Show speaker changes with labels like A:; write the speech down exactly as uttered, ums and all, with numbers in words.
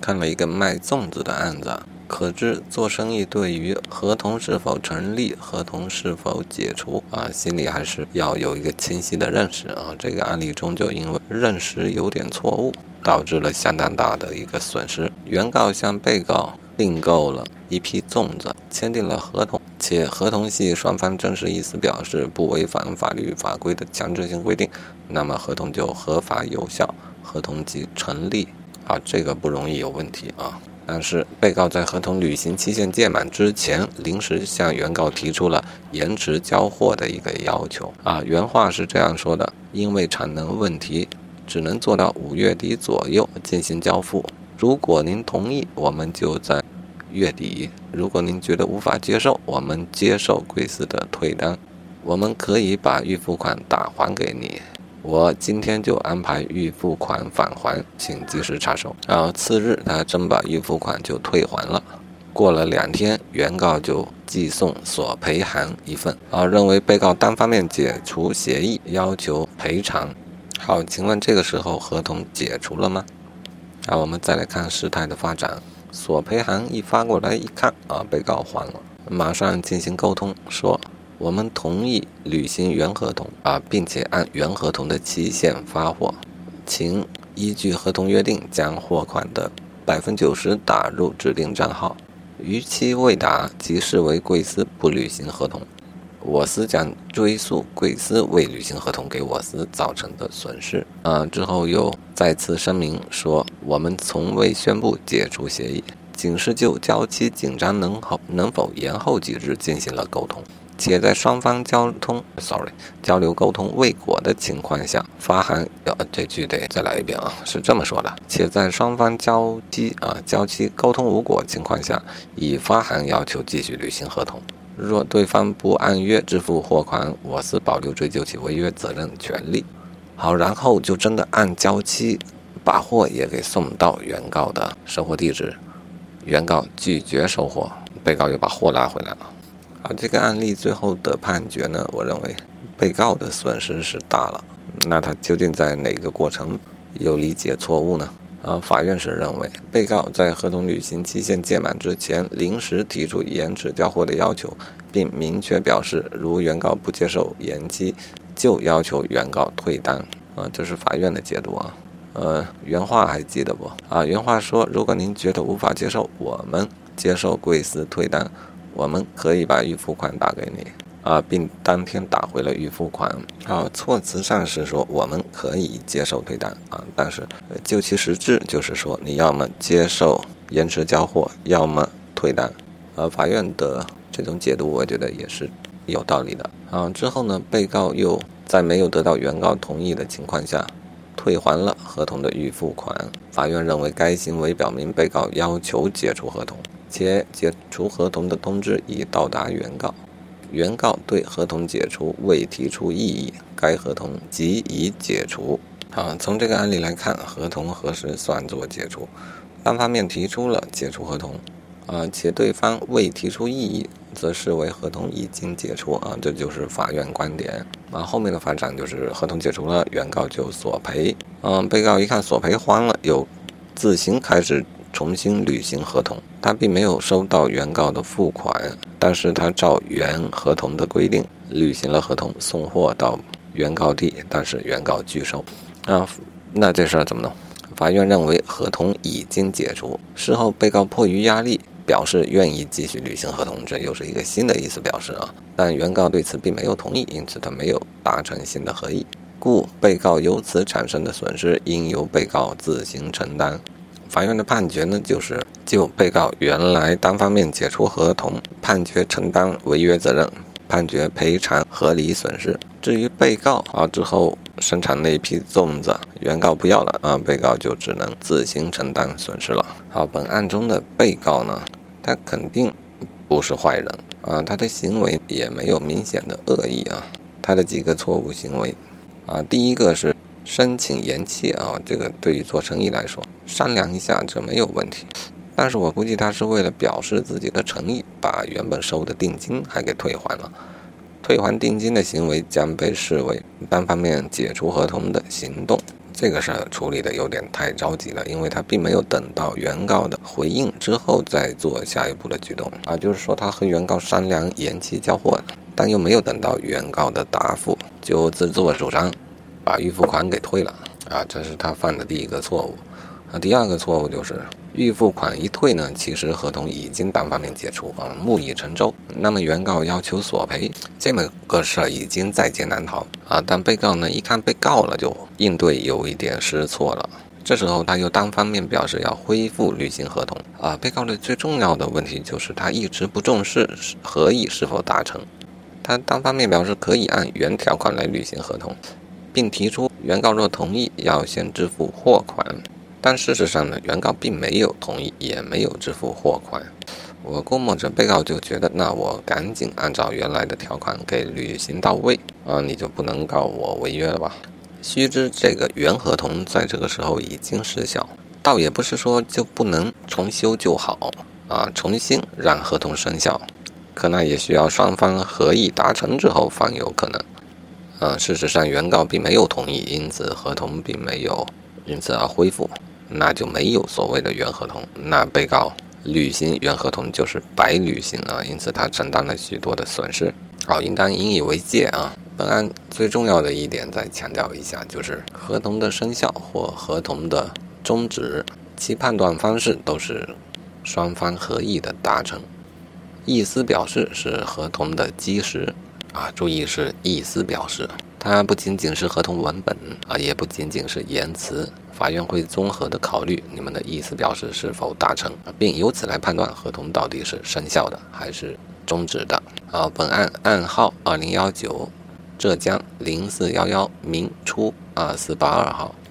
A: 看了一个卖粽子的案子，可知做生意对于合同是否成立、合同是否解除啊，心里还是要有一个清晰的认识啊。这个案例中就因为认识有点错误，导致了相当大的一个损失。原告向被告订购了一批粽子，签订了合同，且合同系双方正式意思表示不违反法律法规的强制性规定，那么合同就合法有效，合同即成立啊，这个不容易有问题啊。但是被告在合同履行期限届满之前，临时向原告提出了延迟交货的一个要求啊。原话是这样说的：因为产能问题，只能做到五月底左右进行交付。如果您同意，我们就在月底；如果您觉得无法接受，我们接受贵司的退单，我们可以把预付款打还给你。我今天就安排预付款返还，请及时插手。然后次日，他真把预付款就退还了。过了两天，原告就寄送索赔函一份，啊，认为被告单方面解除协议，要求赔偿。好，请问这个时候合同解除了吗？啊，我们再来看事态的发展。索赔函一发过来一看，啊，被告还了，马上进行沟通，说我们同意履行原合同啊，并且按原合同的期限发货，请依据合同约定将货款的百分之九十打入指定账号，逾期未达即视为贵司不履行合同，我司将追诉贵司未履行合同给我司造成的损失。啊，之后又再次声明说，我们从未宣布解除协议，仅是就交期紧张能否能否延后几日进行了沟通。且在双方交通 ，sorry， 交流沟通未果的情况下，发函，呃，这句得再来一遍啊，是这么说的。且在双方交期啊交期沟通无果情况下，以发函要求继续履行合同。若对方不按约支付货款，我司保留追究其违约责任权利。好，然后就真的按交期把货也给送到原告的收货地址，原告拒绝收货，被告又把货拉回来了。啊，这个案例最后的判决呢，我认为被告的损失是大了。那他究竟在哪个过程有理解错误呢？啊，法院是认为被告在合同履行期限届满之前，临时提出延迟交货的要求，并明确表示，如原告不接受延期，就要求原告退单。啊，这是法院的解读啊。呃，原话还记得不？啊，原话说，如果您觉得无法接受，我们接受贵司退单。我们可以把预付款打给你啊，并当天打回了预付款啊。措辞上是说我们可以接受退单啊，但是就其实质就是说你要么接受延迟交货，要么退单。啊，法院的这种解读我觉得也是有道理的啊。之后呢，被告又在没有得到原告同意的情况下，退还了合同的预付款。法院认为该行为表明被告要求解除合同，且解除合同的通知已到达原告，原告对合同解除未提出异议，该合同即已解除。啊，从这个案例来看，合同何时算作解除？单方面提出了解除合同，啊，且对方未提出异议，则视为合同已经解除啊，这就是法院观点。啊，后面的发展就是合同解除了，原告就索赔。嗯，被告一看索赔还了，又自行开始重新履行合同，他并没有收到原告的付款，但是他照原合同的规定履行了合同，送货到原告地，但是原告拒收。啊，那这事儿怎么弄？法院认为合同已经解除，事后被告迫于压力表示愿意继续履行合同，这又是一个新的意思表示啊，但原告对此并没有同意，因此他没有达成新的合意，故被告由此产生的损失应由被告自行承担。法院的判决呢，就是就被告原来单方面解除合同，判决承担违约责任，判决赔偿合理损失。至于被告啊之后生产那批粽子，原告不要了啊，被告就只能自行承担损失了。好，本案中的被告呢，他肯定不是坏人啊，他的行为也没有明显的恶意啊。他的几个错误行为啊，第一个是申请延期啊，这个对于做生意来说，商量一下这没有问题。但是我估计他是为了表示自己的诚意，把原本收的定金还给退还了。退还定金的行为将被视为单方面解除合同的行动， 这个事儿处理的有点太着急了，因为他并没有等到原告的回应之后再做下一步的举动啊，就是说他和原告商量延期交货，但又没有等到原告的答复就自作主张把预付款给退了啊，这是他犯的第一个错误。啊，第二个错误就是预付款一退呢，其实合同已经单方面解除啊，木已成舟。那么原告要求索赔，这么个事儿已经在劫难逃啊。但被告呢，一看被告了，就应对有一点失措了。这时候他又单方面表示要恢复履行合同啊。被告的最重要的问题就是他一直不重视合议是否达成，他单方面表示可以按原条款来履行合同，并提出原告若同意要先支付货款。但事实上呢，原告并没有同意，也没有支付货款。我估摸着被告就觉得，那我赶紧按照原来的条款给履行到位啊，你就不能告我违约了吧？须知这个原合同在这个时候已经失效，倒也不是说就不能重修旧好啊，重新让合同生效，可那也需要双方合议达成之后方有可能。啊，事实上原告并没有同意，因此合同并没有因此而恢复。那就没有所谓的原合同，那被告履行原合同就是白履行了，因此他承担了许多的损失，哦，应当引以为戒啊。本案最重要的一点再强调一下，就是合同的生效或合同的终止，其判断方式都是双方合意的达成，意思表示是合同的基石啊，注意是意思表示，它不仅仅是合同文本啊，也不仅仅是言辞。法院会综合的考虑你们的意思表示是否达成，并由此来判断合同到底是生效的还是终止的。啊，本案案号二零一九浙江零四一一明初二四八二号。